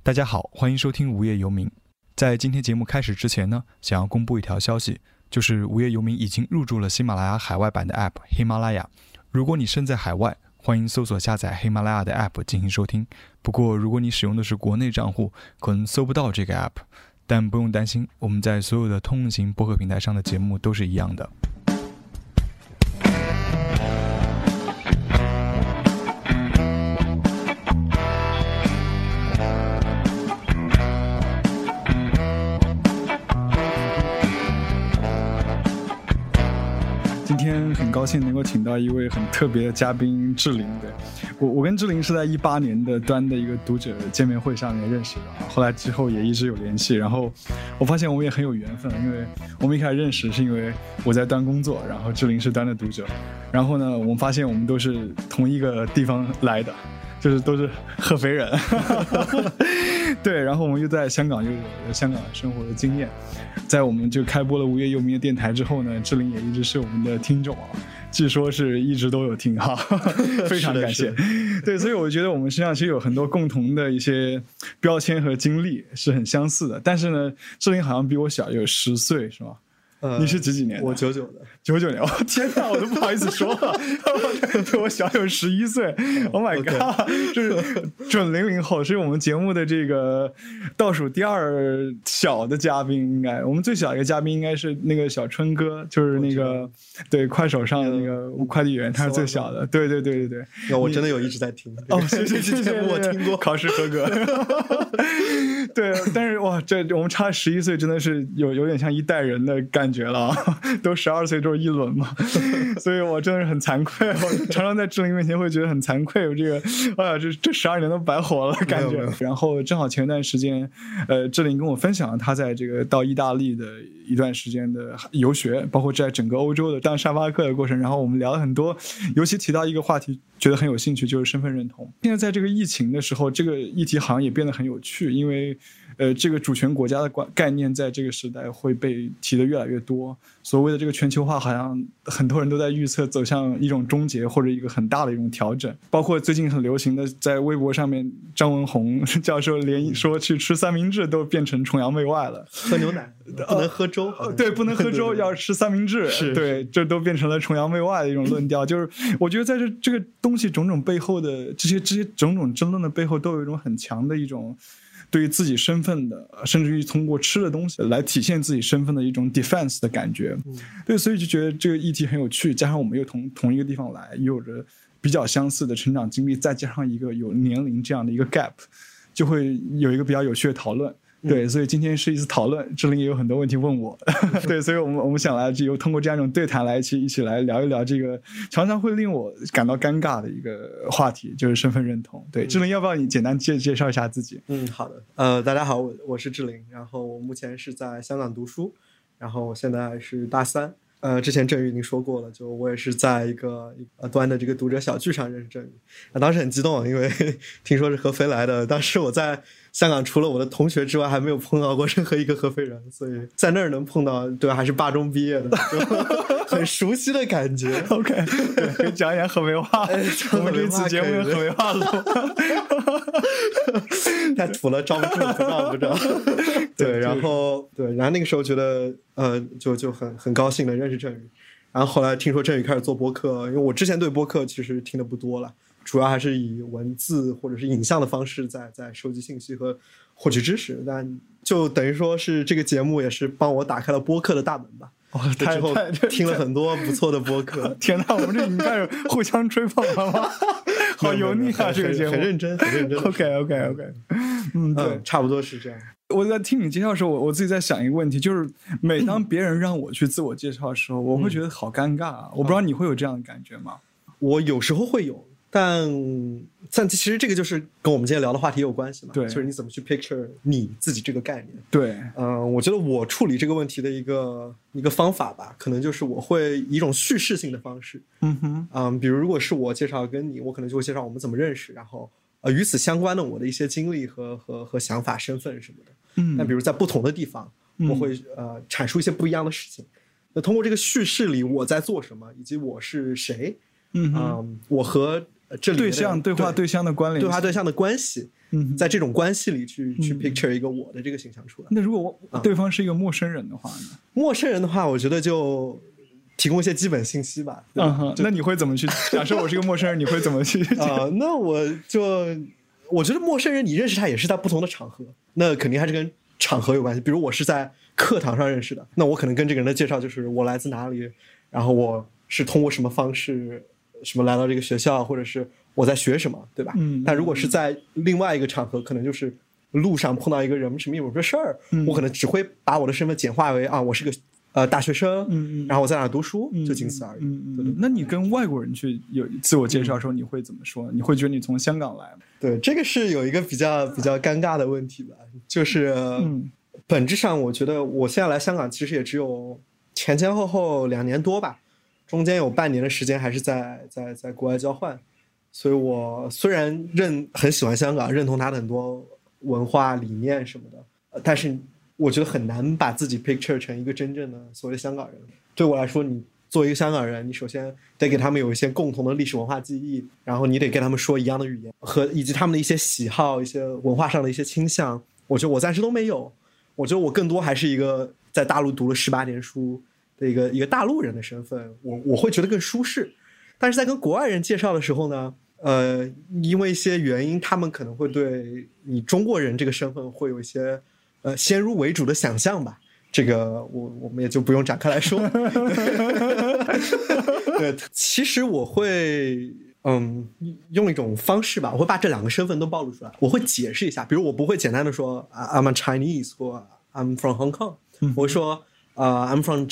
大家好，欢迎收听无业游民。在今天节目开始之前呢，想要公布一条消息，就是无业游民已经入驻了喜马拉雅海外版的 App 喜马拉雅。如果你身在海外，欢迎搜索下载喜马拉雅的 App 进行收听。不过如果你使用的是国内账户，可能搜不到这个 App， 但不用担心，我们在所有的通用型播客平台上的节目都是一样的。今天很高兴能够请到一位很特别的嘉宾志玲。我跟志玲是在2018年的端的一个读者见面会上面认识的，后来之后也一直有联系。然后我发现我们也很有缘分，因为我们一开始认识是因为我在端工作，然后志玲是端的读者。然后呢，我们发现我们都是同一个地方来的，就是都是合肥人。对，然后我们又在香港，又有香港生活的经验。在我们就开播了无业游民的电台之后呢，志玲也一直是我们的听众啊，据说是一直都有听哈，非常感谢。对，所以我觉得我们身上其实有很多共同的一些标签和经历是很相似的。但是呢，志玲好像比我小有10岁，是吗？你是几年的？ 我99的。 99年，天哪，我都不好意思说了，比我小有11岁。Oh my god， 就是准00后，是我们节目的这个倒数第2小的嘉宾。应该我们最小一个嘉宾应该是那个小春哥，就是那个对快手上的那个快递员，他是最小的。对。 那我真的有一直在听。 谢谢，我听过，考试合格。对，但是哇，这我们差11岁，真的是有点像一代人的感觉了，都12岁都是一轮嘛，所以我真的是很惭愧，我常常在志玲面前会觉得很惭愧，我这个这12年都白活了感觉。然后正好前段时间，志玲跟我分享了她在这个到意大利的一段时间的游学，包括在整个欧洲的当沙发客的过程，然后我们聊了很多，尤其提到一个话题，觉得很有兴趣，就是身份认同。现在在这个疫情的时候，这个议题好像也变得很有趣，因为这个主权国家的概念在这个时代会被提得越来越多。所谓的这个全球化，好像很多人都在预测走向一种终结或者一个很大的一种调整。包括最近很流行的，在微博上面，张文宏教授连说去吃三明治都变成崇洋媚外了， 喝牛奶不能喝粥， 对，不能喝粥，要吃三明治，对，这都变成了崇洋媚外的一种论调。就是我觉得在这个东西种种背后的这些种种争论的背后，都有一种很强的一种对于自己身份的，甚至于通过吃的东西来体现自己身份的一种 defense 的感觉。对，所以就觉得这个议题很有趣，加上我们又同一个地方来，有着比较相似的成长经历，再加上一个有年龄这样的一个 gap， 就会有一个比较有趣的讨论。对，所以今天是一次讨论，志玲也有很多问题问我。对，所以我们想来就通过这样一种对谈来一起来聊一聊这个常常会令我感到尴尬的一个话题，就是身份认同。对，志玲，要不要你简单介绍一下自己？ 好的。大家好，我是志玲，然后我目前是在香港读书，然后我现在是大3。之前郑宇已经说过了，就我也是在一个端的这个读者小聚上认识郑宇。当时很激动，因为听说是合肥来的，当时我在香港除了我的同学之外还没有碰到过任何一个合肥人，所以在那儿能碰到，对，还是八中毕业的，就很熟悉的感觉。 OK， 对，可以讲一讲合肥话。我们这次节目用合肥话录。 太土了，招不住。对，然后那个时候觉得就很高兴的认识郑宇，然后后来听说郑宇开始做播客，因为我之前对播客其实听的不多了，主要还是以文字或者是影像的方式在收集信息和获取知识，但就等于说是这个节目也是帮我打开了播客的大门吧。之后听了很多不错的播客。 天哪，我们这已经开始互相吹捧了吗？好油腻啊，这个节目很认真。 OK， 对， 差不多是这样。 我在听你介绍的时候，我自己在想一个问题，就是每当别人让我去自我介绍的时候，我会觉得好尴尬啊。我不知道你会有这样的感觉吗？ 我有时候会有，但其实这个就是跟我们今天聊的话题有关系嘛。 对， 就是你怎么去 picture 你自己这个概念。 对， 我觉得我处理这个问题的一个方法吧，可能就是我会以一种叙事性的方式。比如如果是我介绍跟你，我可能就会介绍我们怎么认识，然后与此相关的我的一些经历和想法、身份什么的。但比如在不同的地方，我会阐述一些不一样的事情。那通过这个叙事里我在做什么，以及我是谁，我和这里对话对象的关联， 对话对象的关系， 在这种关系里去 picture 一个我的这个形象出来。 那如果对方是一个陌生人的话呢？ 陌生人的话，我觉得就提供一些基本信息吧。 那你会怎么去？假设我是一个陌生人，你会怎么去？ 那我觉得陌生人你认识他也是在不同的场合，那肯定还是跟场合有关系。比如我是在课堂上认识的，那我可能跟这个人的介绍就是我来自哪里，然后我是通过什么方式什么来到这个学校，或者是我在学什么，对吧？但如果是在另外一个场合，可能就是路上碰到一个人什么有个事儿，我可能只会把我的身份简化为我是个大学生，然后我在哪读书，就仅此而已。 那你跟外国人去有自我介绍的时候，你会怎么说？你会觉得你从香港来吗？ 对，这个是有一个比较尴尬的问题吧，就是本质上我觉得我现在来香港其实也只有前后2年多吧，中间有半年的时间还是在国外交换，所以我虽然很喜欢香港，认同它的很多文化理念什么的，但是我觉得很难把自己 picture 成一个真正的所谓的香港人。对我来说，你作为一个香港人，你首先得给他们有一些共同的历史文化记忆，然后你得跟他们说一样的语言，以及他们的一些喜好、一些文化上的一些倾向。我觉得我暂时都没有，我觉得我更多还是一个在大陆读了18年书的一个大陆人的身份，我会觉得更舒适。但是在跟国外人介绍的时候呢，因为一些原因，他们可能会对你中国人这个身份会有一些先入为主的想象吧，这个我们也就不用展开来说。对，其实我会用一种方式吧，我会把这2个身份都暴露出来，我会解释一下。比如我不会简单的说 I'm a Chinese 或 I'm from Hong Kong，我会说I'm from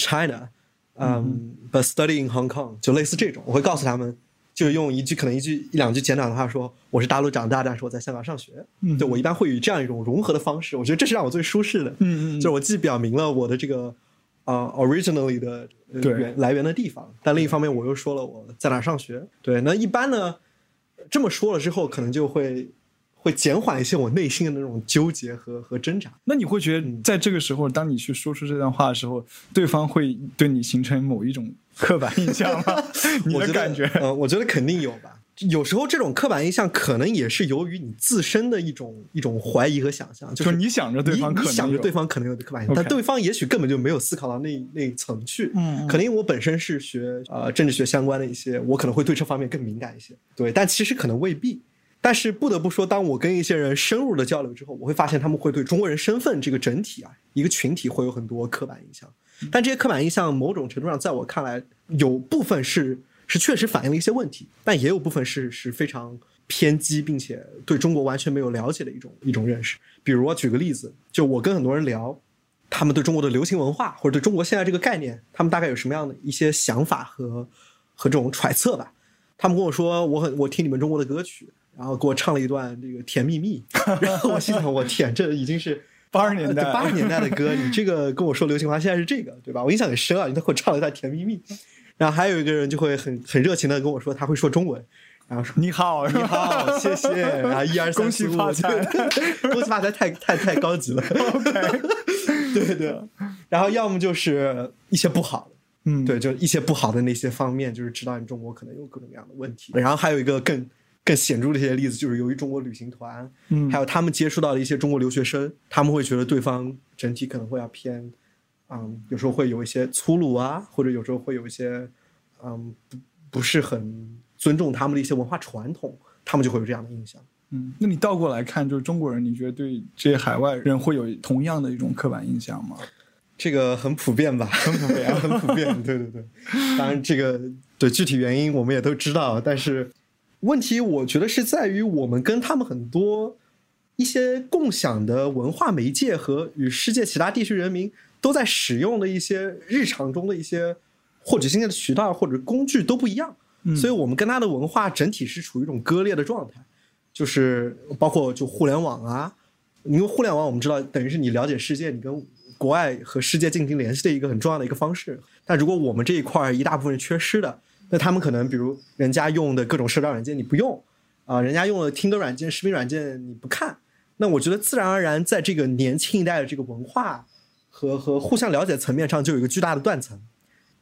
China，but study in Hong Kong， 就类似这种，我会告诉他们。就用可能一两句简短的话说，我是大陆长大，但是我在香港上学。对，我一般会以这样一种融合的方式，我觉得这是让我最舒适的。就是我既表明了我的这个originally 的来源的地方，但另一方面我又说了我在哪上学。对，那一般呢这么说了之后，可能就会减缓一些我内心的那种纠结和挣扎。 那你会觉得在这个时候，当你去说出这段话的时候，对方会对你形成某一种刻板印象吗？你的感觉？ 我觉得肯定有吧。有时候这种刻板印象可能也是由于你自身的一种怀疑和想象，就是你想着对方可能有， 你想着对方可能有的刻板印象，但对方也许根本就没有思考到那一层去。可能因为我本身是学政治学相关的一些，我可能会对这方面更敏感一些。对，但其实可能未必。但是不得不说，当我跟一些人深入的交流之后，我会发现他们会对中国人身份这个整体一个群体会有很多刻板印象。但这些刻板印象某种程度上在我看来，有部分是确实反映了一些问题，但也有部分是非常偏激并且对中国完全没有了解的一种认识。比如我举个例子，就我跟很多人聊，他们对中国的流行文化或者对中国现在这个概念，他们大概有什么样的一些想法和这种揣测吧。他们跟我说我听你们中国的歌曲，然后给我唱了一段这个甜蜜蜜，然后我心想我天，这已经是 80年代的歌，你这个跟我说流行文化现在是这个，对吧？我印象很深啊，你给我唱了一段甜蜜蜜。然后还有一个人就会很热情的跟我说他会说中文，然后说你好谢谢，然后1、2、3、4、5， 恭喜发财， 恭喜发财太高级了。OK， 对，然后要么就是一些不好的，对，就一些不好的那些方面，就是知道你中国可能有各种各样的问题。然后还有一个更显著的一些例子，就是由于中国旅行团，还有他们接触到的一些中国留学生，他们会觉得对方整体可能会要偏，有时候会有一些粗鲁啊，或者有时候会有一些，不是很尊重他们的一些文化传统，他们就会有这样的印象。 那你倒过来看，就是中国人，你觉得对这些海外人会有同样的一种刻板印象吗？ 这个很普遍吧，很普遍，对。当然，这个对具体原因我们也都知道，但是问题我觉得是在于我们跟他们很多一些共享的文化媒介和与世界其他地区人民都在使用的一些日常中的一些获取信息的渠道或者工具都不一样，所以我们跟他的文化整体是处于一种割裂的状态，就是包括就互联网啊，因为互联网我们知道等于是你了解世界，你跟国外和世界进行联系的一个很重要的一个方式。但如果我们这一块一大部分是缺失的，那他们可能比如人家用的各种社交软件你不用人家用的听歌软件视频软件你不看，那我觉得自然而然在这个年轻一代的这个文化和互相了解层面上就有一个巨大的断层。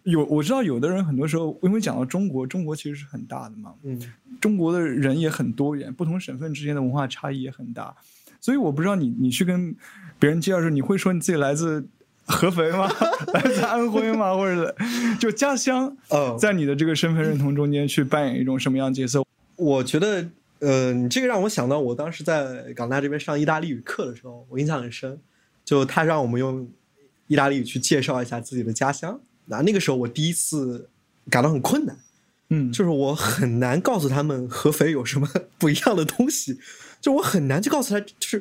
我知道有的人很多时候，因为讲到中国其实是很大的嘛，中国的人也很多元，不同省份之间的文化差异也很大，所以我不知道你去跟别人介绍时，你会说你自己来自合肥吗？来自安徽吗？或者就家乡，在你的这个身份认同中间去扮演一种什么样的角色？ 我觉得，你这个让我想到我当时在港大这边上意大利语课的时候，我印象很深，就他让我们用意大利语去介绍一下自己的家乡。那个时候我第一次感到很困难，就是我很难告诉他们合肥有什么不一样的东西，就我很难去告诉他，就是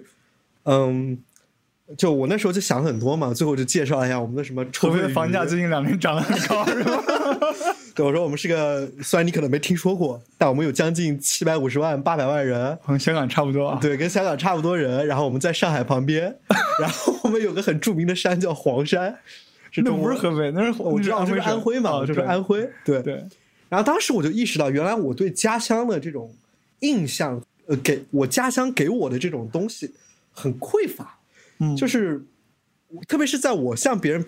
就我那时候就想很多嘛，最后就介绍一下我们的什么合肥的房价最近2年涨得很高，是吧？ 对，我说我们是个，虽然你可能没听说过，但我们有将近750万、800万人， 和香港差不多啊。 对，跟香港差不多人。然后我们在上海旁边，然后我们有个很著名的山叫黄山， 那不是合肥，那是我知道，就是安徽嘛，就是安徽。对。然后当时我就意识到，原来我对家乡的这种印象，给我家乡给我的这种东西很匮乏。就是特别是在我向别人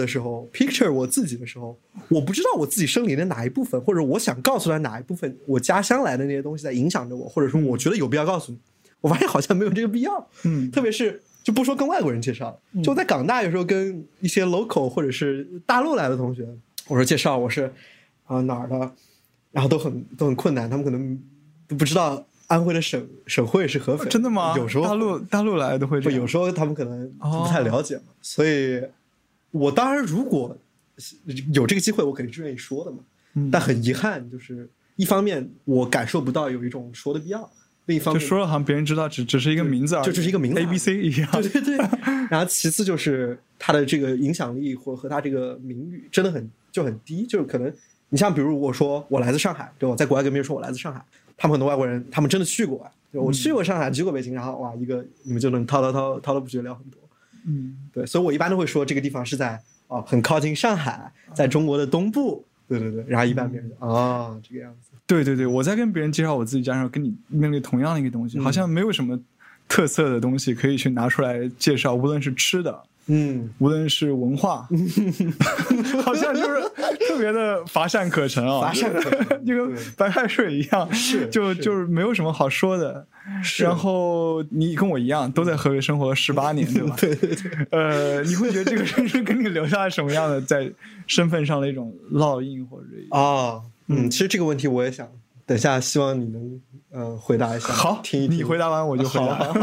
picture 我自己的时候，我不知道我自己生理的哪一部分，或者我想告诉他哪一部分我家乡来的那些东西在影响着我，或者说我觉得有必要告诉你，我发现好像没有这个必要。特别是就不说跟外国人介绍，就在港大有时候跟一些 local 或者是大陆来的同学，我说介绍我是哪儿的，然后都很困难，他们可能都不知道安徽的省会是合肥。 真的吗？ 有时候大陆来的会这样， 有时候他们可能不太了解嘛，所以我当然如果有这个机会，我肯定是愿意说的嘛。但很遗憾，就是一方面我感受不到有一种说的必要，另一方面就说了好像别人知道只是一个名字而已， 就只是一个名字 ABC 一样。 对。然后其次就是他的这个影响力和他这个名誉真的很低，就是可能你像比如我说我来自上海，对，我在国外跟别人说我来自上海，他们很多外国人他们真的去过，我去过上海，去过北京，然后哇，一个你们就能滔滔不绝聊很多。对，所以我一般都会说这个地方是在很靠近上海，在中国的东部。对，然后一般别人就这个样子。 对，我在跟别人介绍我自己家乡，跟你面对同样的一个东西，好像没有什么特色的东西可以去拿出来介绍，无论是吃的，无论是文化，好像就是特别的乏善可陈啊， 乏善可陈， 就跟白开水一样，就是没有什么好说的。然后你跟我一样，都在合肥生活了18年，对吧？ 对。 你会觉得这个城市给你留下了什么样的在身份上的一种烙印或者其实这个问题我也想等下希望你能回答一下。 好， 听你回答完我就回答。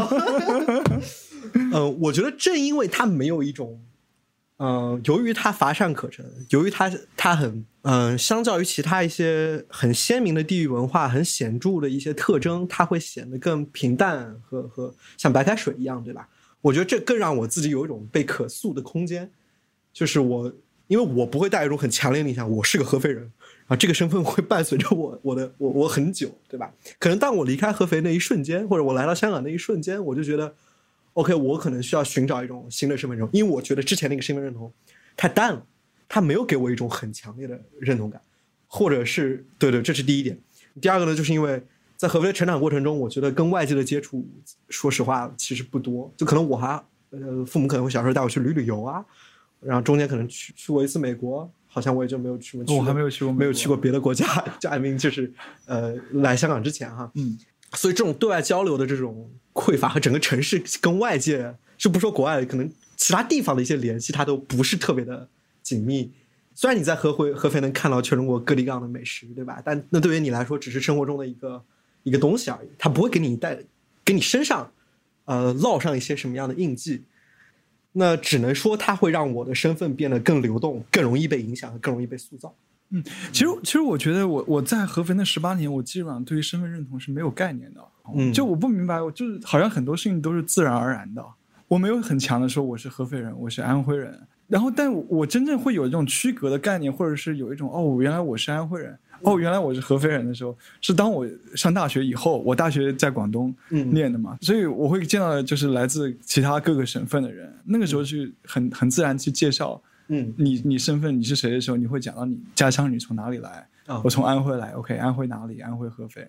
我觉得正因为他没有一种由于他乏善可陈，由于他很相较于其他一些很鲜明的地域文化很显著的一些特征，它会显得更平淡和像白开水一样，对吧？我觉得这更让我自己有一种被可塑的空间，就是因为我不会带一种很强烈的印象，我是个合肥人啊，这个身份会伴随着我很久，对吧？可能当我离开合肥那一瞬间，或者我来到香港那一瞬间，我就觉得 OK， 我可能需要寻找一种新的身份认同，因为我觉得之前那个身份认同太淡了，它没有给我一种很强烈的认同感，或者是对，这是第一点。第二个呢，就是因为在合肥的成长过程中，我觉得跟外界的接触，说实话其实不多，就可能我还父母可能会小时候带我去旅游啊，然后中间可能去过一次美国，好像我也就没有去过， 我还没有去过， 没有去过别的国家，就 I mean 就是来香港之前哈，所以这种对外交流的这种匮乏和整个城市跟外界，就不说国外，可能其他地方的一些联系，它都不是特别的紧密。虽然你在合肥能看到全中国各地各样的美食，对吧？但那对于你来说，只是生活中的一个东西而已，它不会给你身上烙上一些什么样的印记。那只能说它会让我的身份变得更流动，更容易被影响，更容易被塑造。 其实我觉得我在合肥那18年，我基本上对于身份认同是没有概念的。就我不明白，我就是好像很多事情都是自然而然的，我没有很强的说我是合肥人，我是安徽人。然后但我真正会有这种区隔的概念，或者是有一种原来我是安徽人，原来我是合肥人的时候，是当我上大学以后，我大学在广东念的嘛，所以我会见到就是来自其他各个省份的人，那个时候去很自然去介绍你身份你是谁的时候，你会讲到你家乡你从哪里来，我从安徽来 OK， 安徽哪里，安徽合肥。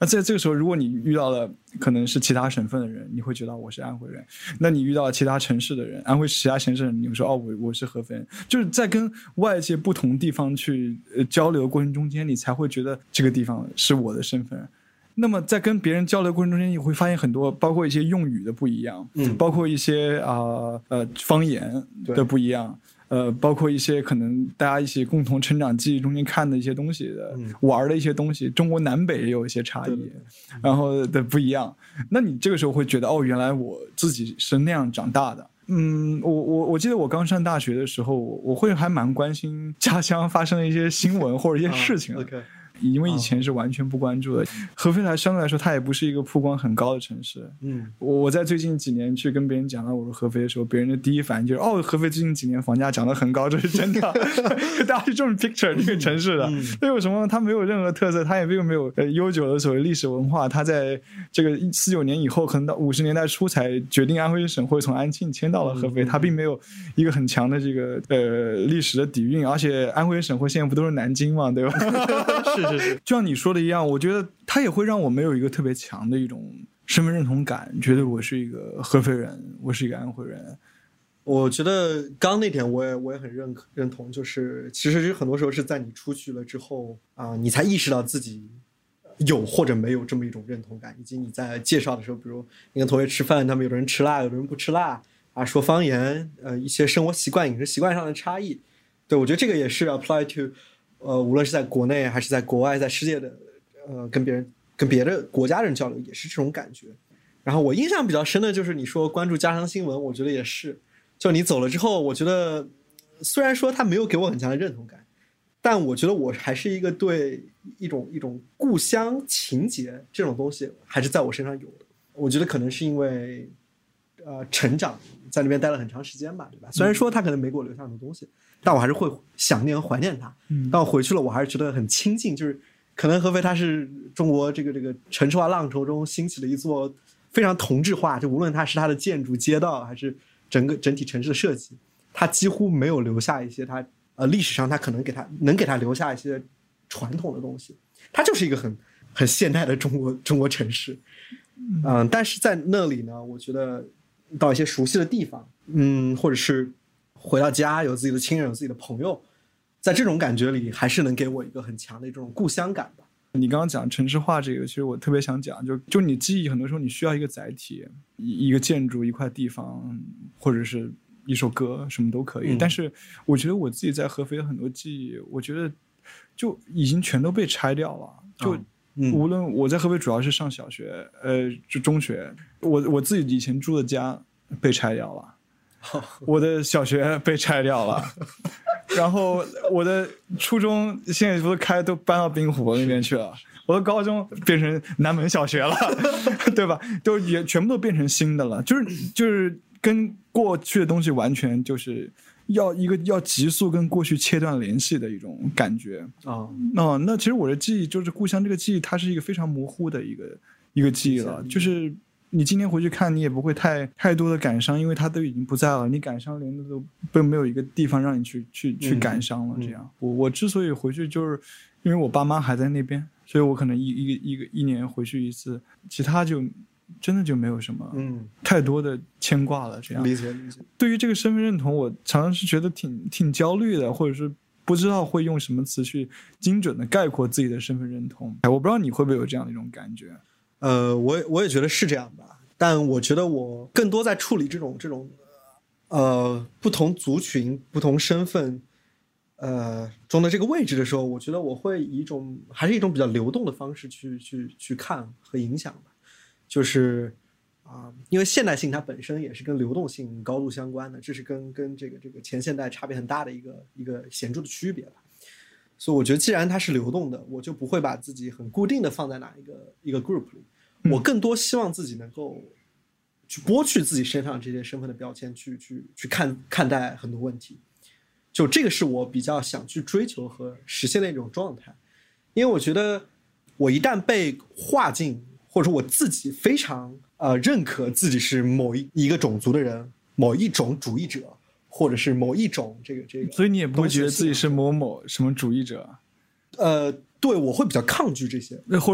那在这个时候，如果你遇到了可能是其他省份的人，你会觉得我是安徽人；那你遇到了其他城市的人，安徽其他城市的人，你会说哦，我是合肥人。就是在跟外界不同地方去交流的过程中间，你才会觉得这个地方是我的身份。那么在跟别人交流的过程中间，你会发现很多，包括一些用语的不一样，包括一些方言的不一样，包括一些可能大家一起共同成长记忆中间看的一些东西的，玩的一些东西，中国南北也有一些差异，然后的不一样。那你这个时候会觉得，哦，原来我自己是那样长大的。我记得我刚上大学的时候，我会还蛮关心家乡发生的一些新闻或者一些事情。 OK。 因为以前是完全不关注的。合肥相对来说它也不是一个曝光很高的城市。我在最近几年去跟别人讲到我是合肥的时候，别人的第一反应就是哦，合肥最近几年房价涨得很高，这是真的。大家是这么 picture 这个城市的。它有什么？它没有任何特色，它也并没有悠久的所谓历史文化。它在这个49年以后，可能到50年代初才决定安徽省会从安庆迁到了合肥，它并没有一个很强的这个历史的底蕴。而且安徽省会现在不都是南京嘛，对吧？是，就像你说的一样，我觉得它也会让我没有一个特别强的一种身份认同感，觉得我是一个合肥人，我是一个安徽人。 我觉得刚那点我也很认同，就是其实很多时候是在你出去了之后你才意识到自己有或者没有这么一种认同感，以及你在介绍的时候，比如你跟同学吃饭，他们有的人吃辣，有的人不吃辣说方言一些生活习惯、饮食习惯上的差异。对，我觉得这个也是 apply to无论是在国内还是在国外，在世界的跟别的国家人交流，也是这种感觉。然后我印象比较深的就是你说关注家乡新闻，我觉得也是。就你走了之后，我觉得虽然说他没有给我很强的认同感，但我觉得我还是一个对一种故乡情节这种东西还是在我身上有的。我觉得可能是因为成长在那边待了很长时间吧，对吧？虽然说他可能没给我留下很多东西，但我还是会想念和怀念他。但我回去了，我还是觉得很亲近。就是可能合肥它是中国这个城市化浪潮中兴起的一座非常同质化，就无论它是它的建筑街道还是整体城市的设计，它几乎没有留下一些它历史上它可能能给它留下一些传统的东西。它就是一个很现代的中国城市。但是在那里呢，我觉得到一些熟悉的地方，或者是回到家有自己的亲人有自己的朋友，在这种感觉里还是能给我一个很强的这种故乡感吧。 你刚刚讲城市化这个，其实我特别想讲，就你记忆很多时候你需要一个载体，一个建筑，一块地方，或者是一首歌，什么都可以。但是我觉得我自己在合肥的很多记忆，我觉得就已经全都被拆掉了。就无论我在合肥主要是上小学，就中学，我自己以前住的家被拆掉了，我的小学被拆掉了。然后我的初中现在不是都搬到滨湖那边去了，我的高中变成南门小学了，对吧？都也全部都变成新的了，就是跟过去的东西完全就是要急速跟过去切断联系的一种感觉那其实我的记忆就是故乡这个记忆，它是一个非常模糊的一个记忆了，就是你今天回去看，你也不会太多的感伤，因为它都已经不在了。你感伤连都没有一个地方让你去感伤了。这样，我之所以回去，就是因为我爸妈还在那边，所以我可能一年回去一次，其他就真的就没有什么太多的牵挂了。这样理解。 对于这个身份认同，我常常是觉得挺焦虑的，或者是不知道会用什么词去精准的概括自己的身份认同。我不知道你会不会有这样的一种感觉。 我也觉得是这样吧，但我觉得我更多在处理这种不同族群、不同身份中的这个位置的时候，我觉得我会以还是一种比较流动的方式去看和影响吧。就是因为现代性它本身也是跟流动性高度相关的，这是跟这个前现代差别很大的一个显著的区别吧。所以我觉得既然它是流动的，我就不会把自己很固定的放在哪一个 group 里。我更多希望自己能够去剥去自己身上这些身份的标签，去看待很多问题。就这个是我比较想去追求和实现的一种状态。因为我觉得我一旦被划进，或者说我自己非常认可自己是某一个种族的人，某一种主义者，或者是某一种这个， 所以你也不会觉得自己是某什么主义者？ 对，我会比较抗拒这些， 或者说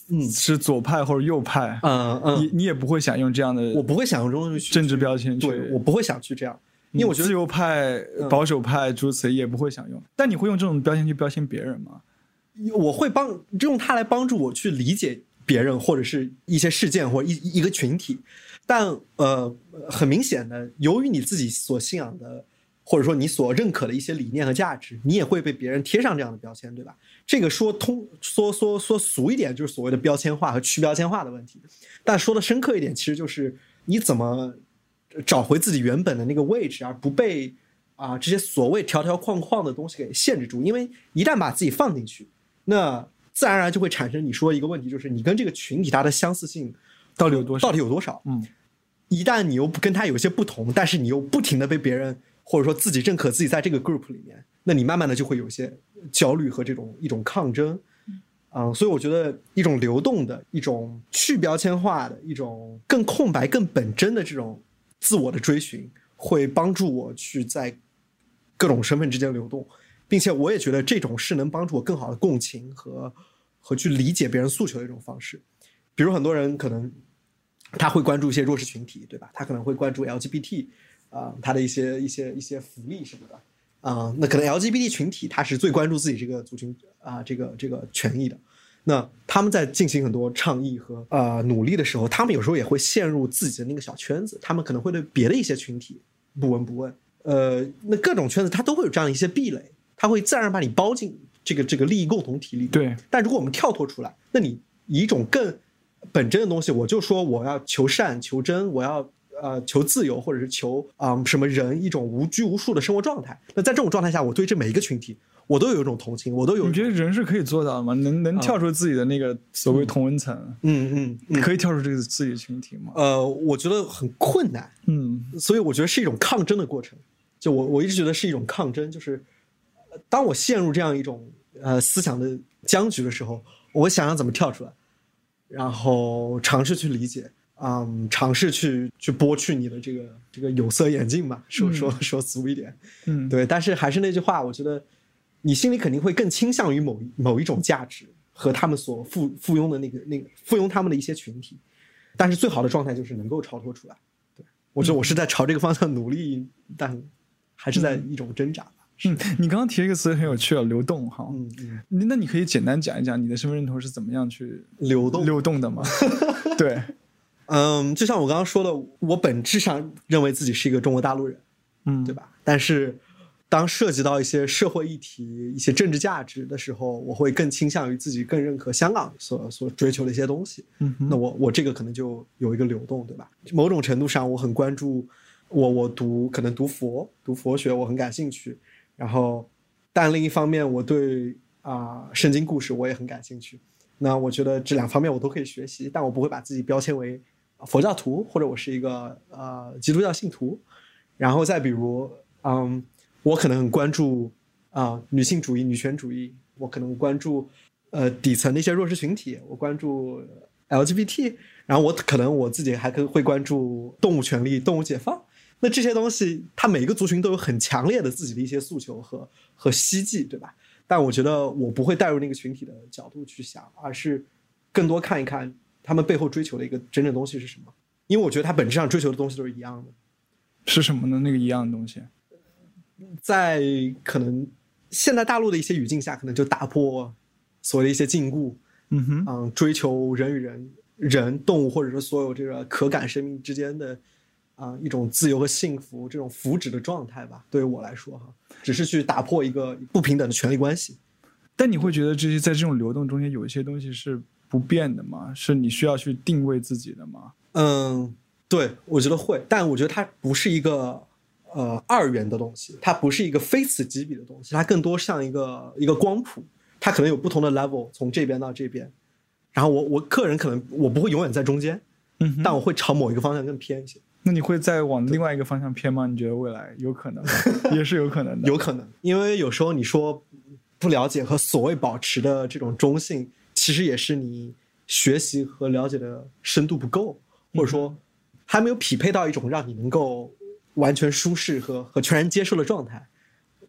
是左派或者右派，你也不会想用这样的， 我不会想用这种政治标签， 对，我不会想去这样，因为我觉得自由派、保守派诸如此类也不会想用。但你会用这种标签去标签别人吗？ 我会用它来帮助我去理解别人或者是一些事件或者一个群体，但很明显的，由于你自己所信仰的或者说你所认可的一些理念和价值，你也会被别人贴上这样的标签，对吧？这个说俗一点，就是所谓的标签化和去标签化的问题。但说的深刻一点，其实就是你怎么找回自己原本的那个位置，而不被这些所谓条条框框的东西给限制住。因为一旦把自己放进去，那自然而然就会产生你说一个问题，就是你跟这个群体它的相似性到底有多少？ 一旦你又跟他有些不同，但是你又不停的被别人或者说自己认可自己在这个 group 里面，那你慢慢的就会有些焦虑和一种抗争。所以我觉得一种流动的、一种去标签化的、一种更空白、更本真的这种自我的追寻，会帮助我去在各种身份之间流动，并且我也觉得这种是能帮助我更好的共情和去理解别人诉求的一种方式。比如很多人可能他会关注一些弱势群体，对吧？他可能会关注 LGBT，他的一些福利什么的。那可能 LGBT 群体他是最关注自己这个族群这个权益的。那他们在进行很多倡议和努力的时候，他们有时候也会陷入自己的那个小圈子，他们可能会对别的一些群体不闻不问。那各种圈子它都会有这样一些壁垒，它会自然把你包进这个利益共同体里。 对。 但如果我们跳脱出来，那你以一种更本真的东西，我就说我要求善求真，我要求自由，或者是求什么人一种无拘无束的生活状态。那在这种状态下，我对这每一个群体我都有一种同情，我都有。 你觉得人是可以做到的吗？能跳出自己的那个所谓同温层？可以跳出这个自己的群体吗？ 我觉得很困难。所以我觉得是一种抗争的过程。就我一直觉得是一种抗争，就是当我陷入这样一种思想的僵局的时候，我会想想怎么跳出来，然后尝试去理解，尝试去剥去你的这个有色眼镜吧，说俗一点。对。但是还是那句话，我觉得你心里肯定会更倾向于某一种价值和他们所附庸的那个附庸他们的一些群体，但是最好的状态就是能够超脱出来。对，我觉得我是在朝这个方向努力，但还是在一种挣扎吧。 你刚刚提了一个词很有趣，流动哈。那你可以简单讲一讲你的身份认同是怎么样去流动的吗？对。 就像我刚刚说的，我本质上认为自己是一个中国大陆人，对吧？但是当涉及到一些社会议题、一些政治价值的时候，我会更倾向于自己更认可香港所追求的一些东西。那我这个可能就有一个流动，对吧？某种程度上，我很关注，我可能读佛学，我很感兴趣。然后，但另一方面，我对圣经故事我也很感兴趣。那我觉得这两方面我都可以学习，但我不会把自己标签为佛教徒，或者我是一个基督教信徒。然后再比如我可能很关注女性主义、女权主义，我可能关注底层的一些弱势群体，我关注 LGBT， 然后我自己还会关注动物权利、动物解放。那这些东西，它每一个族群都有很强烈的自己的一些诉求和希冀，对吧？但我觉得我不会带入那个群体的角度去想，而是更多看一看他们背后追求的一个真正东西是什么。因为我觉得他本质上追求的东西都是一样的。 是什么呢？那个一样的东西， 在可能现在大陆的一些语境下，可能就打破所谓的一些禁锢，追求人与人、动物或者说所有这个可感生命之间的一种自由和幸福，这种福祉的状态吧。对于我来说只是去打破一个不平等的权利关系。 但你会觉得在这种流动中间有一些东西是不变的吗？是你需要去定位自己的吗？ 对，我觉得会，但我觉得它不是一个二元的东西，它不是一个非此即彼的东西，它更多像一个光谱，它可能有不同的 level， 从这边到这边。然后我个人可能我不会永远在中间，但我会朝某一个方向更偏一些。 那你会再往另外一个方向偏吗？你觉得未来有可能吗？也是有可能的。 有可能，因为有时候你说不了解和所谓保持的这种中性，其实也是你学习和了解的深度不够，或者说还没有匹配到一种让你能够完全舒适和全然接受的状态。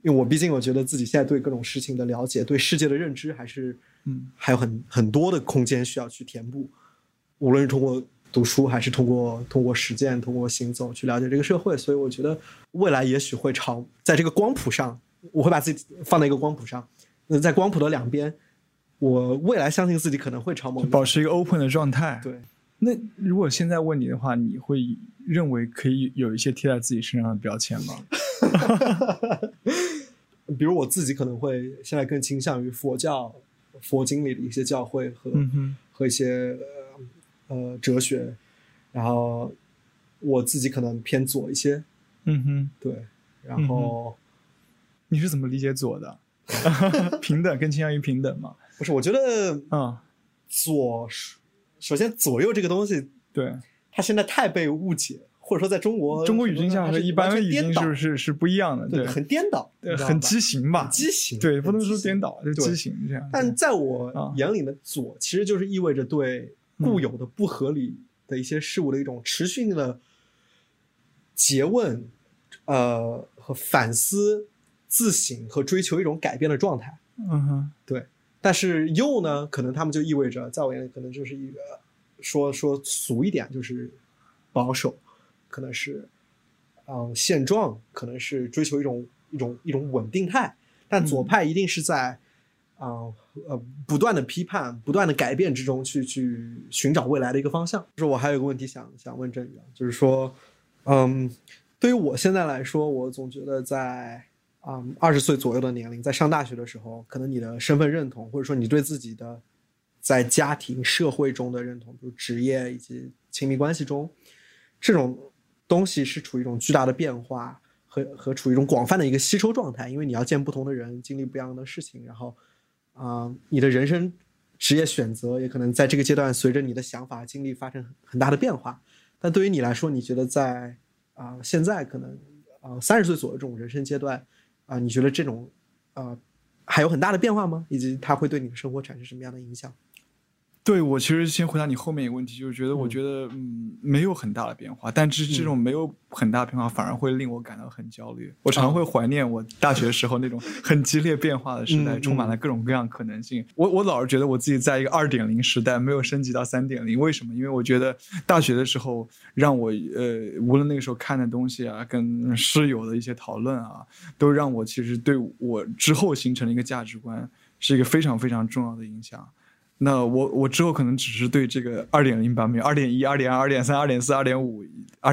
因为我毕竟我觉得自己现在对各种事情的了解，对世界的认知还有很多的空间需要去填补，无论是通过读书还是通过实践，通过行走去了解这个社会。所以我觉得未来也许会在这个光谱上，我会把自己放在一个光谱上，在光谱的两边，我未来相信自己可能会朝某个保持一个 open 的状态。 对， 那如果现在问你的话，你会认为可以有一些贴在自己身上的标签吗？ 比如我自己可能会现在更倾向于佛经里的一些教诲和一些哲学，然后我自己可能偏左一些。对，然后你是怎么理解左的？平等更倾向于平等吗？ 不是，我觉得首先左右这个东西， 对， 它现在太被误解，或者说在中国语境下和一般语境是不一样的， 对，很颠倒， 很畸形吧？ 畸形， 对，不能说颠倒，就畸形这样。 但在我眼里的左，其实就是意味着对固有的不合理的一些事物的一种持续性的诘问，和反思、自省和追求一种改变的状态。对。但是右呢，可能他们就意味着，在我眼里可能就是一个说俗一点，就是保守，可能是现状，可能是追求一种稳定态。但左派一定是在不断的批判、不断的改变之中去寻找未来的一个方向。就是我还有一个问题想问振宇，就是说，对于我现在来说，我总觉得在20岁左右的年龄，在上大学的时候，可能你的身份认同，或者说你对自己的在家庭社会中的认同，比如职业以及亲密关系中，这种东西是处于一种巨大的变化和处于一种广泛的一个吸收状态，因为你要见不同的人，经历不一样的事情，然后你的人生职业选择也可能在这个阶段随着你的想法经历发生很大的变化。但对于你来说，你觉得在现在可能30岁左右这种人生阶段你觉得这种还有很大的变化吗？以及它会对你的生活产生什么样的影响？ 对，我其实先回答你后面一个问题，就是我觉得没有很大的变化，但是这种没有很大的变化反而会令我感到很焦虑。我常会怀念我大学时候那种很激烈变化的时代，充满了各种各样可能性。我老是觉得我自己在一个 2.0 时代，没有升级到 3.0。为什么？因为我觉得大学的时候让我无论那个时候看的东西啊，跟室友的一些讨论啊，都让我其实对我之后形成了一个价值观是一个非常非常重要的影响。那我之后可能只是对这个 2.0 版本 2.1 2.2 2.3 2.4 2.5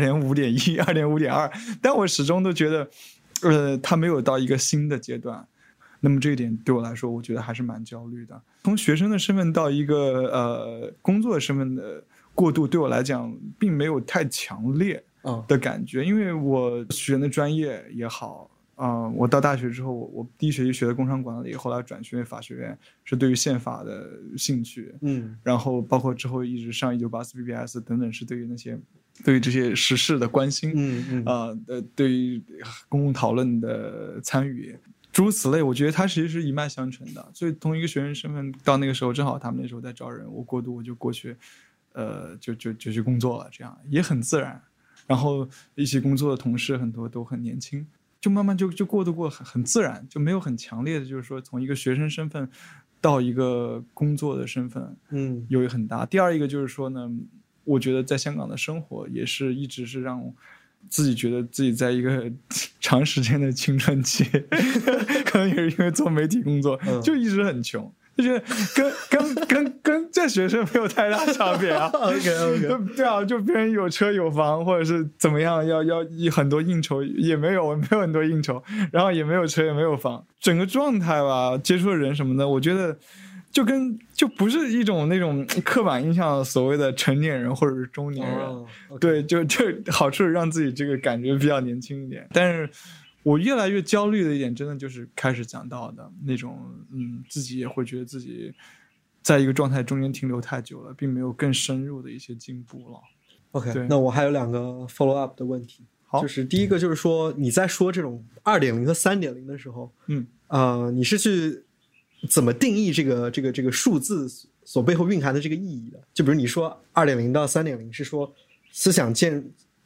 2.5.1 2.5.2 但我始终都觉得它没有到一个新的阶段。那么这一点对我来说我觉得还是蛮焦虑的。从学生的身份到一个工作的身份的过渡对我来讲并没有太强烈的感觉，因为我学的专业也好我到大学之后，我第一学期学的工商管理，后来转学法学院，是对于宪法的兴趣，然后包括之后一直上1984 BBS 等等，是对于这些时事的关心，对于公共讨论的参与，诸如此类，我觉得它其实是一脉相承的。所以从一个学生身份到那个时候，正好他们那时候在招人，我过渡我就过去，就去工作了，这样也很自然。然后一起工作的同事很多都很年轻。就慢慢就过渡过很自然，就没有很强烈的就是说从一个学生身份到一个工作的身份有很大。第二一个就是说呢，我觉得在香港的生活也是一直是让自己觉得自己在一个长时间的青春期可能也是因为做媒体工作就一直很穷，就觉得跟这学生没有太大差别啊。OK 对啊，就别人有车有房或者是怎么样，要很多应酬也没有，我没有很多应酬，然后也没有车也没有房，整个状态吧，接触的人什么的，我觉得就不是一种那种刻板印象所谓的成年人或者是中年人。对，就好处是让自己这个感觉比较年轻一点。但是我越来越焦虑的一点真的就是开始讲到的那种自己也会觉得自己在一个状态中间停留太久了，并没有更深入的一些进步了。 OK， 那我还有2个 follow up 的问题。好，就是第一个就是说你在说这种 2.0 和 3.0 的时候你是去怎么定义这个数字所背后蕴含的这个意义的？就比如你说 2.0 到 3.0 是说思想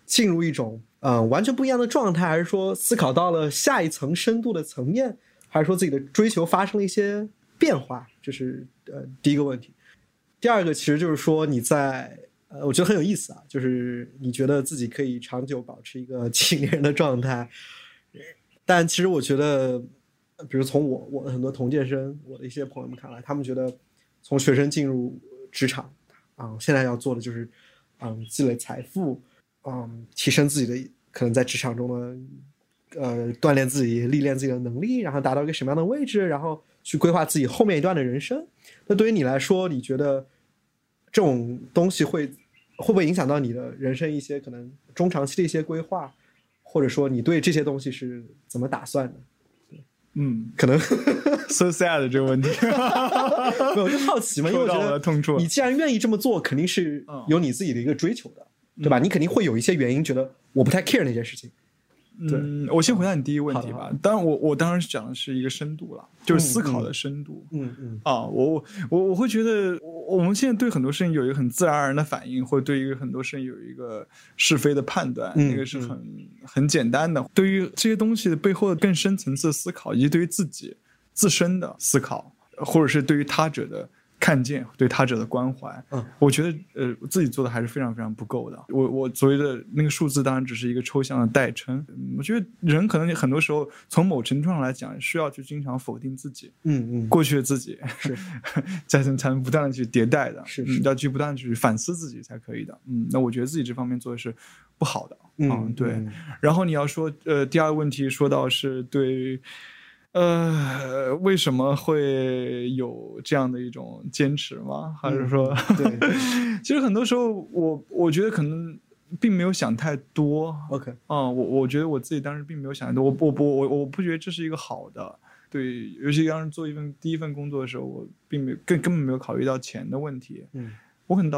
进入一种完全不一样的状态，还是说思考到了下一层深度的层面，还是说自己的追求发生了一些变化？这是第一个问题。第二个其实就是说你在我觉得很有意思啊，就是你觉得自己可以长久保持一个青年人的状态，但其实我觉得比如从我的很多同届生，我的一些朋友们看来，他们觉得从学生进入职场现在要做的就是积累财富，提升自己的可能在职场中的锻炼自己历练自己的能力，然后达到一个什么样的位置，然后去规划自己后面一段的人生。那对于你来说，你觉得这种东西会不会影响到你的人生一些可能中长期的一些规划，或者说你对这些东西是怎么打算的？可能 so sad 这个问题没有，就好奇嘛，因为我觉得你既然愿意这么做，肯定是有你自己的一个追求的，对吧？你肯定会有一些原因觉得我不太 care 那件事情。 我先回答你第一个问题吧。当然我当然是讲的是一个深度了，就是思考的深度。我会觉得我们现在对很多事情有一个很自然而然的反应，或者对于很多事情有一个是非的判断，那个是很简单的。对于这些东西的背后的更深层次的思考，以及对于自己自身的思考，或者是对于他者的看见，对他者的关怀，我觉得自己做的还是非常非常不够的。我所谓的那个数字当然只是一个抽象的代称。我觉得人可能很多时候从某程度上来讲需要去经常否定自己，过去的自己是才能不断的去迭代的，要去不断的去反思自己才可以的。那我觉得自己这方面做的是不好的。对。然后你要说第二个问题说到是对为什么会有这样的一种坚持吗？还是说对其实很多时候我觉得可能并没有想太多。 OK 我觉得我自己当时并没有想太多。我不觉得这是一个好的。对，尤其当时做第一份工作的时候，我根本没有考虑到钱的问题。我可能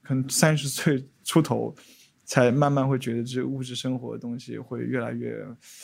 30岁出头才慢慢会觉得这物质生活的东西会越来越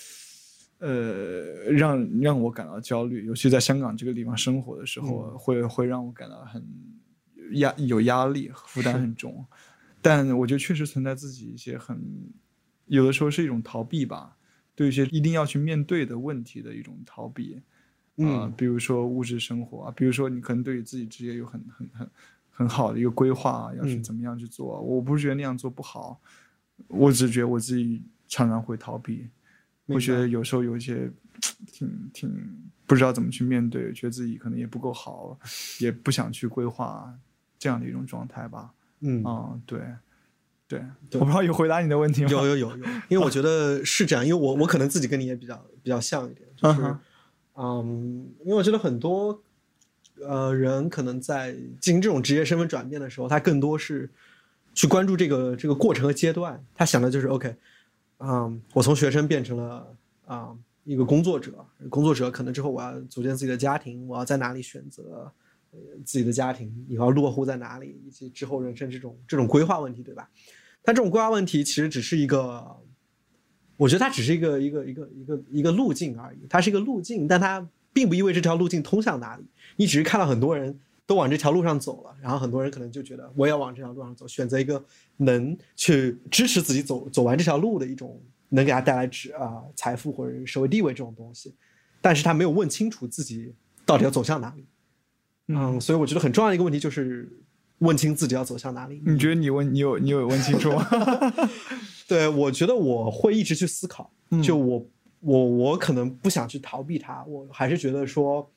让我感到焦虑，尤其在香港这个地方生活的时候，会让我感到很有压力，负担很重。但我觉得确实存在自己一些有的时候是一种逃避吧，对一些一定要去面对的问题的一种逃避。比如说物质生活，比如说你可能对于自己职业有很好的一个规划，要去怎么样去做。我不是觉得那样做不好，我只觉得我自己常常会逃避。我觉得有时候有一些挺不知道怎么去面对，觉得自己可能也不够好，也不想去规划这样的一种状态吧。对，我不知道有回答你的问题吗？ 有，因为我觉得是这样，因为我可能自己跟你也比较像一点，就是因为我觉得很多人可能在进行这种职业身份转变的时候，他更多是去关注这个过程和阶段，他想的就是 OK。我从学生变成了一个工作者可能之后我要组建自己的家庭，我要在哪里选择自己的家庭，以后落户在哪里，以及之后人生这种规划问题，对吧？但这种规划问题其实只是我觉得它只是一个路径而已，它是一个路径，但它并不意味着这条路径通向哪里。你只是看到很多人都往这条路上走了，然后很多人可能就觉得我也要往这条路上走，选择一个能去支持自己走完这条路的一种能给他带来财富或者社会地位这种东西，但是他没有问清楚自己到底要走向哪里。所以我觉得很重要的一个问题就是问清自己要走向哪里。 你觉得你有问清楚吗？ 对，我觉得我会一直去思考，就我可能不想去逃避它，我还是觉得说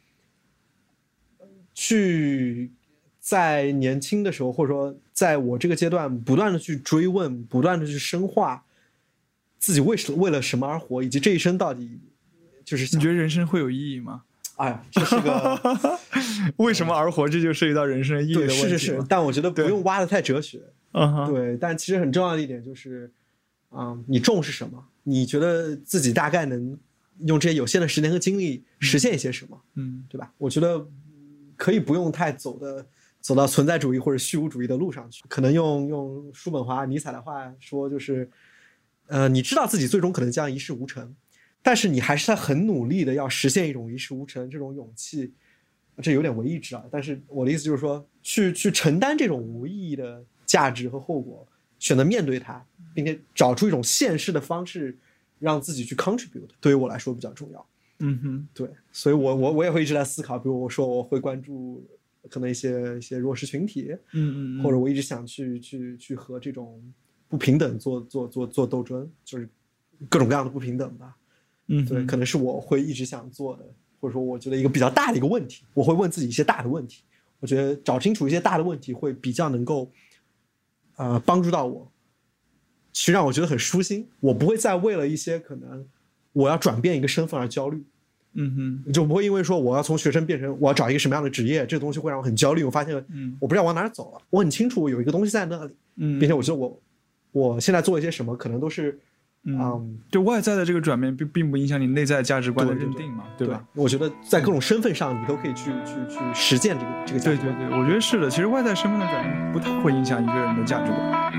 去在年轻的时候，或者说在我这个阶段不断的去追问，不断的去深化自己为了什么而活，以及这一生到底就是你觉得人生会有意义吗？ 哎呀，这是个为什么而活，这就涉及到人生的意义的问题。 是，但我觉得不用挖得太哲学。对，但其实很重要的一点就是你重视什么，你觉得自己大概能用这些有限的时间和精力实现一些什么，对吧？我觉得可以不用太走到存在主义或者虚无主义的路上去，可能用叔本华尼采的话说，就是你知道自己最终可能将一事无成，但是你还是在很努力的要实现一种一事无成这种勇气，这有点唯意志啊。但是我的意思就是说，去承担这种无意义的价值和后果， 选择面对它，并且找出一种现实的方式让自己去 contribute， 对于我来说比较重要。对，所以我也会一直在思考，比如我说我会关注可能一些弱势群体，或者我一直想去和这种不平等做斗争，就是各种各样的不平等吧。对，可能是我会一直想做的，或者说我觉得一个比较大的一个问题，我会问自己一些大的问题。我觉得找清楚一些大的问题会比较能够帮助到我，其实让我觉得很舒心。我不会再为了一些可能我要转变一个身份而焦虑。就不会因为说我要从学生变成我要找一个什么样的职业，这个东西会让我很焦虑。我发现我不知道往哪儿走了，我很清楚我有一个东西在那里，并且我觉得我现在做一些什么可能都是就外在的这个转变并不影响你内在价值观的认定嘛， 对吧？ 我觉得在各种身份上你都可以去实践这个价值观。 对，我觉得是的。其实外在身份的转变不太会影响一个人的价值观。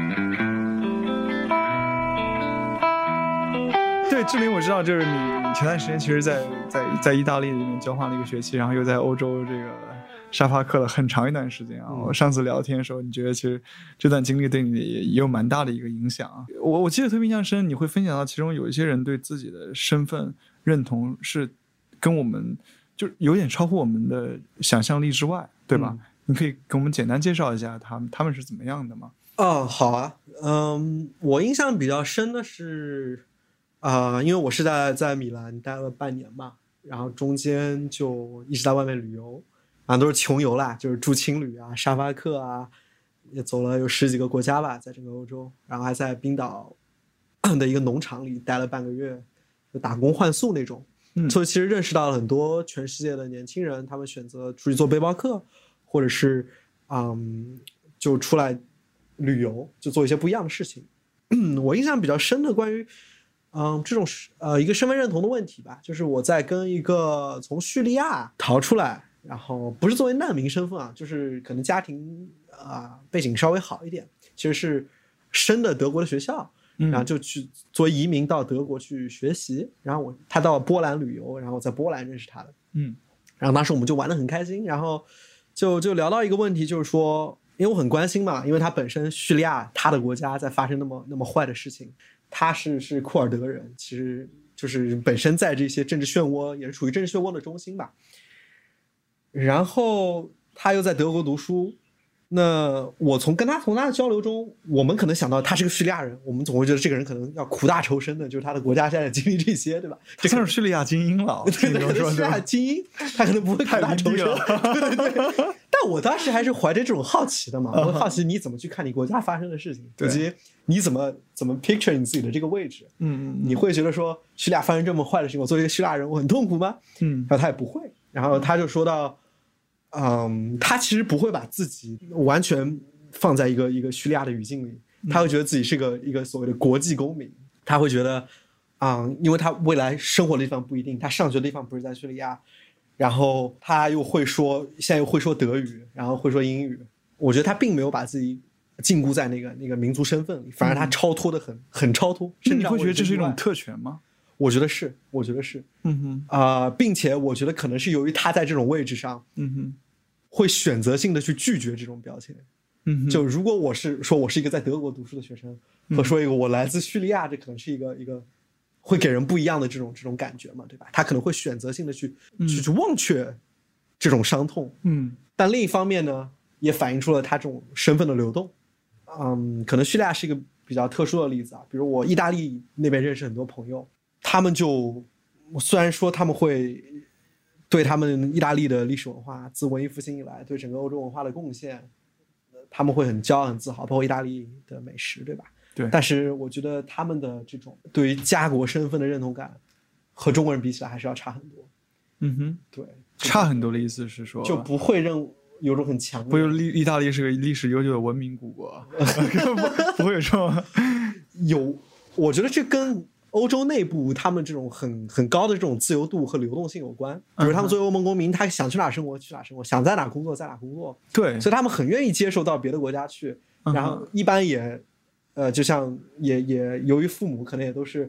对，志玲，我知道，就是你前段时间其实在意大利里面交换了一个学期，然后又在欧洲这个沙发客了很长一段时间啊。我上次聊天的时候，你觉得其实这段经历对你也有蛮大的一个影响啊。我记得特别印象深，你会分享到其中有一些人对自己的身份认同是跟我们就有点超乎我们的想象力之外，对吧？你可以给我们简单介绍一下他们是怎么样的吗？ 好啊，我印象比较深的是因为我是在米兰待了半年嘛，然后中间就一直在外面旅游都是穷游啦，就是住青旅啊、沙发客啊，也走了有10几个国家吧，在整个欧洲，然后还在冰岛的一个农场里待了半个月，就打工换宿那种。所以其实认识到了很多全世界的年轻人，他们选择出去做背包客，或者是就出来旅游，就做一些不一样的事情。我印象比较深的关于这种一个身份认同的问题吧，就是我在跟一个从叙利亚逃出来，然后不是作为难民身份啊，就是可能家庭背景稍微好一点，其实是升的德国的学校，然后就去作为移民到德国去学习，然后他到波兰旅游，然后在波兰认识他的，然后当时我们就玩得很开心，然后就聊到一个问题，就是说，因为我很关心嘛，因为他本身叙利亚他的国家在发生那么坏的事情，他是库尔德人，其实就是本身在这些政治漩涡也是处于政治漩涡的中心吧，然后他又在德国读书。那我从他的交流中，我们可能想到他是个叙利亚人，我们总会觉得这个人可能要苦大仇深的，就是他的国家现在经历这些，对吧？ 这算是叙利亚精英了， 对，叙利亚精英，他可能不会苦大仇深，对。但我当时还是怀着这种好奇的嘛，我好奇你怎么去看你国家发生的事情，以及你怎么 picture 你自己的这个位置，你会觉得说叙利亚发生这么坏的事情，我作为一个叙利亚人，我很痛苦吗？然后他也不会，然后他就说到。他其实不会把自己完全放在一个叙利亚的语境里，他会觉得自己是一个所谓的国际公民，他会觉得因为他未来生活的地方不一定，他上学的地方不是在叙利亚，然后他又现在又会说德语，然后会说英语，我觉得他并没有把自己禁锢在那个民族身份里，反而他超脱的很超脱。 你会觉得这是一种特权吗？ 我觉得是，并且我觉得可能是由于他在这种位置上，会选择性的去拒绝这种标签，就如果我是一个在德国读书的学生，和说一个我来自叙利亚，这可能是一个会给人不一样的这种感觉嘛，对吧？他可能会选择性的去忘却这种伤痛，但另一方面呢，也反映出了他这种身份的流动，可能叙利亚是一个比较特殊的例子啊，比如我意大利那边认识很多朋友。他们就虽然说他们会对他们意大利的历史文化自文艺复兴以来对整个欧洲文化的贡献，他们会很骄傲很自豪，包括意大利的美食，对吧？ 对。 但是我觉得他们的这种对于家国身份的认同感和中国人比起来还是要差很多。对， 差很多的意思是说就不会有种很强的， 不是意大利是个历史悠久的文明古国，不会有这种我觉得这跟欧洲内部他们这种很高的这种自由度和流动性有关，比如他们作为欧盟公民，他想去哪生活去哪生活，想在哪工作在哪工作， 对， 所以他们很愿意接受到别的国家去，然后一般也就像也由于父母可能也都是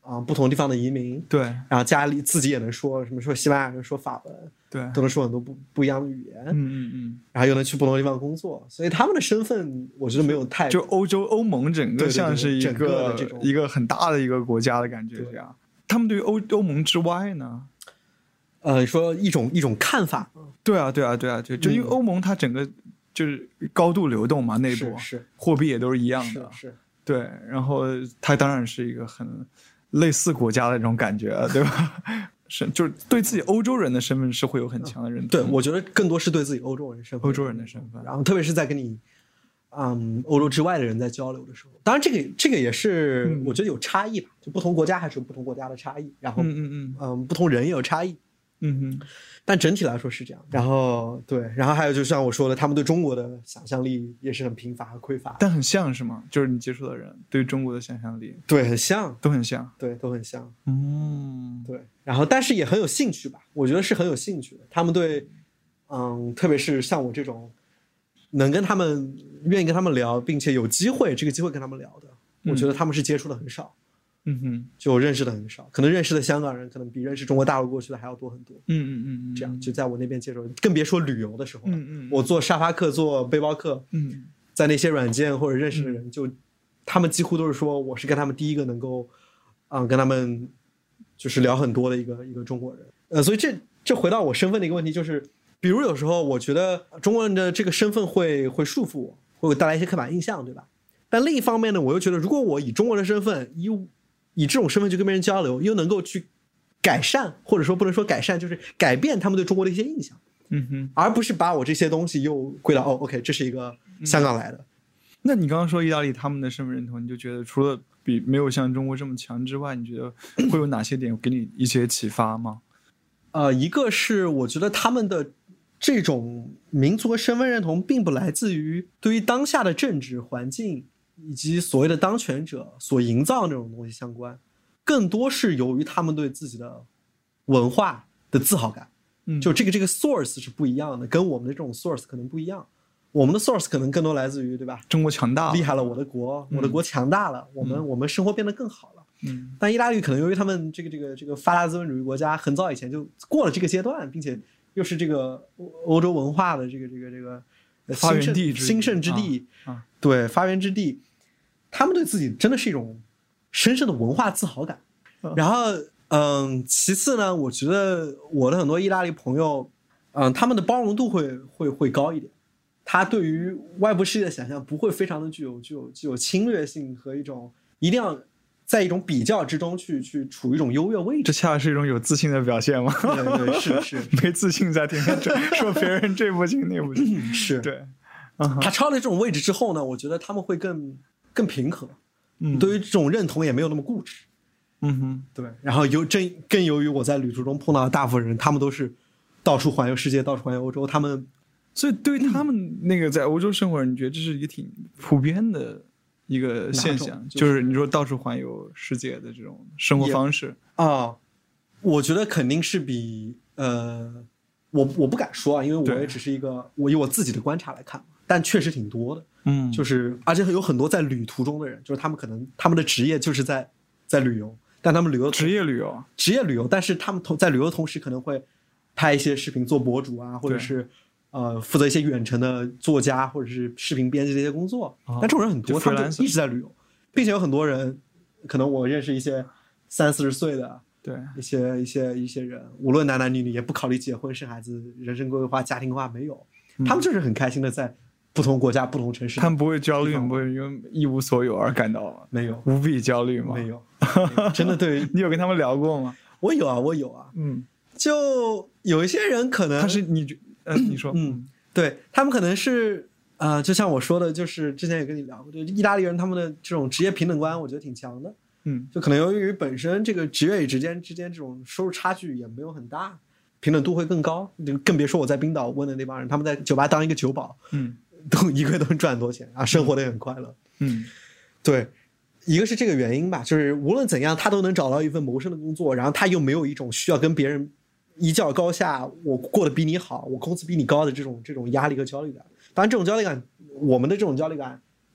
不同地方的移民， 对， 然后家里自己也能说什么说西班牙人说法文， 对， 都能说很多不一样的语言，然后又能去不同的地方工作，所以他们的身份我觉得没有太就欧盟整个像是一个很大的一个国家的感觉这样。他们对于欧盟之外呢？ 说一种看法。 对啊，就因为欧盟它整个就是高度流动嘛，内部是货币也都是一样的， 是对，然后它当然是一个很类似国家的这种感觉，对吧？就是对自己欧洲人的身份是会有很强的认同。 对，我觉得更多是对自己欧洲人身份，然后特别是在跟你欧洲之外的人在交流的时候，当然这个也是我觉得有差异吧，就不同国家还是有不同国家的差异，然后不同人也有差异。但整体来说是这样。然后对，然后还有就像我说的，他们对中国的想象力也是很贫乏和匮乏。 但很像是吗？就是你接触的人对中国的想象力， 对，很像， 都很像， 对，都很像。对。然后但是也很有兴趣吧，我觉得是很有兴趣的。他们对，特别是像我这种能跟他们愿意跟他们聊，并且有机会这个机会跟他们聊的，我觉得他们是接触的很少。就认识的很少，可能认识的香港人可能比认识中国大陆过去的还要多很多。这样就在我那边接触，更别说旅游的时候了。我做沙发客，做背包客，在那些软件或者认识的人，就他们几乎都是说我是跟他们第一个能够跟他们就是聊很多的一个中国人。所以这回到我身份的一个问题，就是比如有时候我觉得中国人的这个身份会束缚我，会带来一些刻板印象，对吧？但另一方面呢，我又觉得如果我以中国人的身份以这种身份去跟别人交流，又能够去改善，或者说不能说改善，就是改变他们对中国的一些印象，而不是把我这些东西又归到OK， 这是一个香港来的。 那你刚刚说意大利他们的身份认同，你就觉得除了比没有像中国这么强之外，你觉得会有哪些点给你一些启发吗？ 一个是我觉得他们的这种民族和身份认同并不来自于对于当下的政治环境以及所谓的当权者所营造的那种东西相关，更多是由于他们对自己的文化的自豪感。就这个 source 是不一样的，跟我们的这种 source 可能不一样。我们的 source 可能更多来自于，对吧？ 中国强大了， 厉害了，我的国强大了，我们生活变得更好了。但意大利可能由于他们这个发达资本主义国家很早以前就过了这个阶段，并且又是这个欧洲文化的这个发源地兴盛之地，对，发源之地，他们对自己真的是一种深深的文化自豪感。然后其次呢，我觉得我的很多意大利朋友他们的包容度会高一点，他对于外部世界的想象不会非常的具有侵略性和一种一定要在一种比较之中去处于一种优越位置。 这恰恰是一种有自信的表现吗？ 对，是没自信在天天说别人这不行那不行。是，对。 他超了这种位置之后呢，我觉得他们会更平和，对于这种认同也没有那么固执。对。然后更由于我在旅途中碰到的大部分人，他们都是到处环游世界，到处环游欧洲，他们。 所以对于他们那个在欧洲生活人，你觉得这是一个挺普遍的一个现象，就是你说到处环游世界的这种生活方式我觉得肯定是比我不敢说啊，因为我也只是我以我自己的观察来看，但确实挺多的。就是而且有很多在旅途中的人，就是他们可能他们的职业就是在旅游，但他们职业旅游，但是他们在旅游的同时可能会拍一些视频做博主啊，或者是负责一些远程的作家或者是视频编辑的一些工作。但这种人很多，他们就一直在旅游，并且有很多人可能我认识一些30-40岁的，对，一些人，无论男男女女，也不考虑结婚生孩子，人生规划家庭规划没有，他们就是很开心的在不同国家不同城市。 他们不会焦虑，不会因为一无所有而感到没有无比焦虑吗？ 没有真的。对你有跟他们聊过吗？ 我有啊。就有一些人可能他是你说对，他们可能是就像我说的，就是之前也跟你聊过，就意大利人他们的这种职业平等观我觉得挺强的。就可能由于本身这个职业与之间这种收入差距也没有很大，平等度会更高。更别说我在冰岛问的那帮人，他们在酒吧当一个酒保，都一个月都能赚很多钱啊，生活的也很快乐。对，一个是这个原因吧，就是无论怎样他都能找到一份谋生的工作，然后他又没有一种需要跟别人一较高下，我过得比你好，我工资比你高的这种压力和焦虑感。当然这种焦虑感，我们的这种焦虑感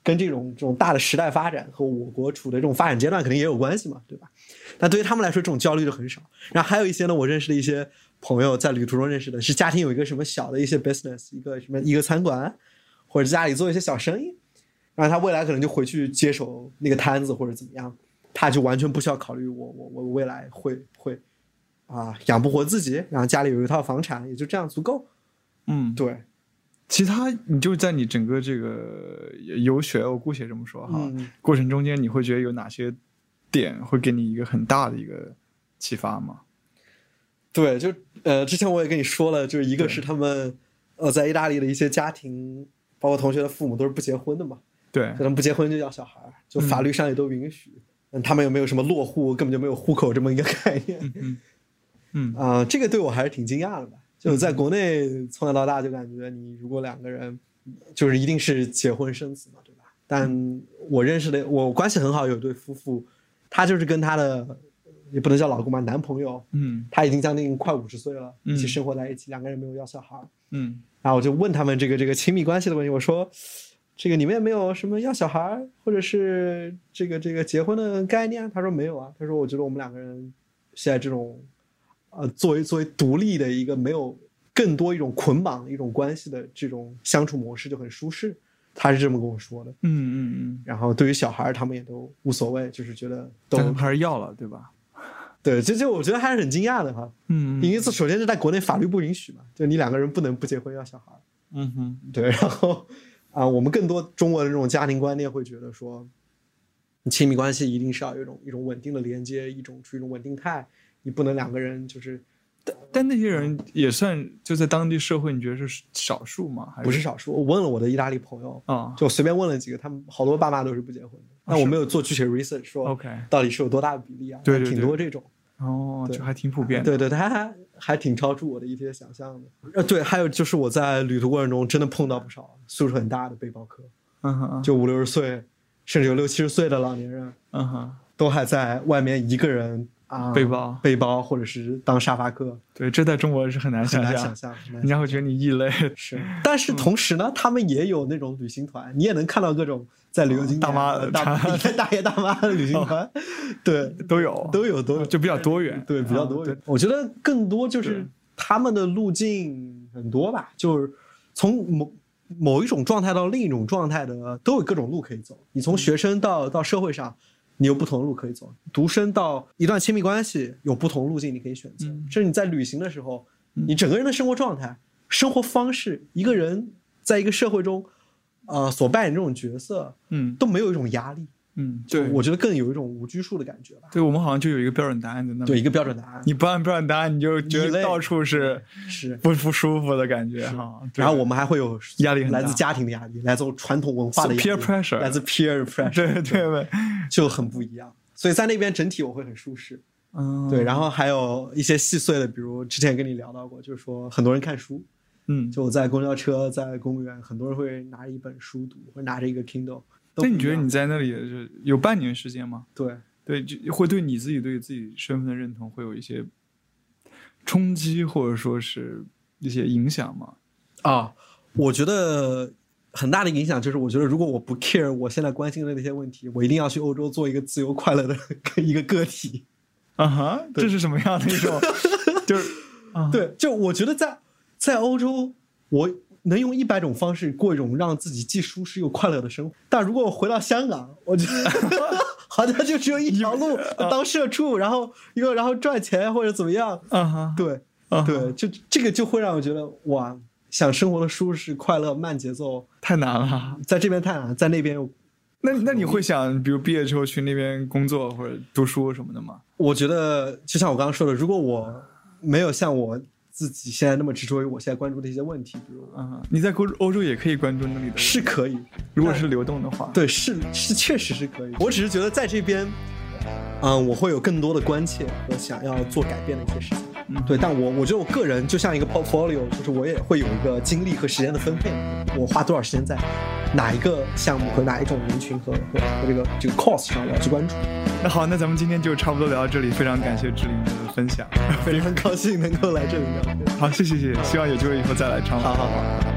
跟这种大的时代发展和我国处的这种发展阶段肯定也有关系嘛，对吧？但对于他们来说，这种焦虑就很少。然后还有一些呢，我认识的一些朋友在旅途中认识的，是家庭有一个什么小的一些 business， 一个餐馆，或者家里做一些小生意，然后他未来可能就回去接手那个摊子或者怎么样，他就完全不需要考虑我未来会养不活自己，然后家里有一套房产，也就这样足够。对。 其他你就在你整个这个游学，我姑且这么说哈，过程中间你会觉得有哪些点会给你一个很大的一个启发吗？ 对，就之前我也跟你说了，就是一个是他们在意大利的一些家庭，包括同学的父母都是不结婚的嘛， 对， 他们不结婚就要小孩，就法律上也都允许。他们有没有什么落户，根本就没有户口这么一个概念。这个对我还是挺惊讶的吧。就在国内从小到大就感觉你如果两个人就是一定是结婚生子嘛，对吧？但我认识的我关系很好有对夫妇，他就是跟他的也不能叫老公嘛，男朋友，他已经将近快50岁了，一起生活在一起，两个人没有要小孩，然后我就问他们这个亲密关系的问题，我说这个你们也没有什么要小孩或者是这个结婚的概念？他说没有啊，他说我觉得我们两个人现在这种作为独立的一个没有更多一种捆绑的一种关系的这种相处模式就很舒适，他是这么跟我说的。然后对于小孩他们也都无所谓，就是觉得都还是要了，对吧？ 对，就我觉得还是很惊讶的哈。因为首先是在国内法律不允许嘛，就你两个人不能不结婚要小孩。对，然后我们更多中国的这种家庭观念会觉得说，亲密关系一定是要有一种稳定的连接，处于一种稳定态。你不能两个人就是， 但那些人也算就在当地社会，你觉得是少数吗？还是不是少数？我问了我的意大利朋友就随便问了几个，他们好多爸妈都是不结婚的。但我没有做具体的 research 说到底是有多大的比例啊？ 对， 挺多这种。 就还挺普遍的。 对，他还挺超出我的一些想象的。对，还有就是我在旅途过程中真的碰到不少岁数很大的背包客，就50-60岁，甚至有60-70岁的老年人，都还在外面一个人。背包或者是当沙发客， 对，这在中国是很难想象，人家会觉得你异类。 是，但是同时呢，他们也有那种旅行团，你也能看到各种在旅游景点大爷大妈的旅行团，对， 都有，就比较多元， 对，比较多元。我觉得更多就是他们的路径很多吧，就是从某一种状态到另一种状态的，都有各种路可以走。你从学生到社会上。你有不同的路可以走，独身到一段亲密关系有不同路径你可以选择，甚至你在旅行的时候，你整个人的生活状态、生活方式，一个人在一个社会中，所扮演这种角色，都没有一种压力，对，我觉得更有一种无拘束的感觉吧。 对，我们好像就有一个标准答案在那里， 对，一个标准答案， 你不按标准答案，你就觉得到处是不舒服的感觉哈。 然后我们还会有压力， 来自家庭的压力，来自传统文化的压力 ，peer pressure， 来自 peer pressure， 对， 就很不一样。所以在那边整体我会很舒适，对。然后还有一些细碎的，比如之前跟你聊到过，就是说很多人看书，就我在公交车、在公园，很多人会拿一本书读，或者拿着一个 Kindle。 那你觉得你在那里有半年时间吗？ 对， 就会对你自己对自己身份的认同会有一些冲击，或者说是一些影响吗？ 我觉得很大的影响就是，我觉得如果我不 care 我现在关心的那些问题，我一定要去欧洲做一个自由快乐的一个个体。 这是什么样的一种？就是对，就我觉得在欧洲，我能用100种方式过一种让自己既舒适又快乐的生活。但如果我回到香港，我觉得好像就只有一条路，当社畜，然后赚钱或者怎么样。对，就这个就会让我觉得哇，想生活的舒适、快乐、慢节奏太难了， 在这边太难，在那边又。 那你会想，比如毕业之后去那边工作或者读书什么的吗？ 我觉得就像我刚刚说的，如果我没有像我自己现在那么执着于我现在关注的一些问题，比如你在欧洲也可以关注那里的， 是可以， 如果是流动的话， 对，是确实是可以。我只是觉得在这边，我会有更多的关切和想要做改变的一些事情。对，但我觉得我个人就像一个 portfolio， 就是我也会有一个精力和时间的分配，我花多少时间在哪一个项目和哪一种人群和这个 course 上要去关注。 那好，那咱们今天就差不多聊到这里，非常感谢志玲的分享， 非常高兴能够来这里聊。 好，谢谢，希望有机会以后再来畅聊。 好。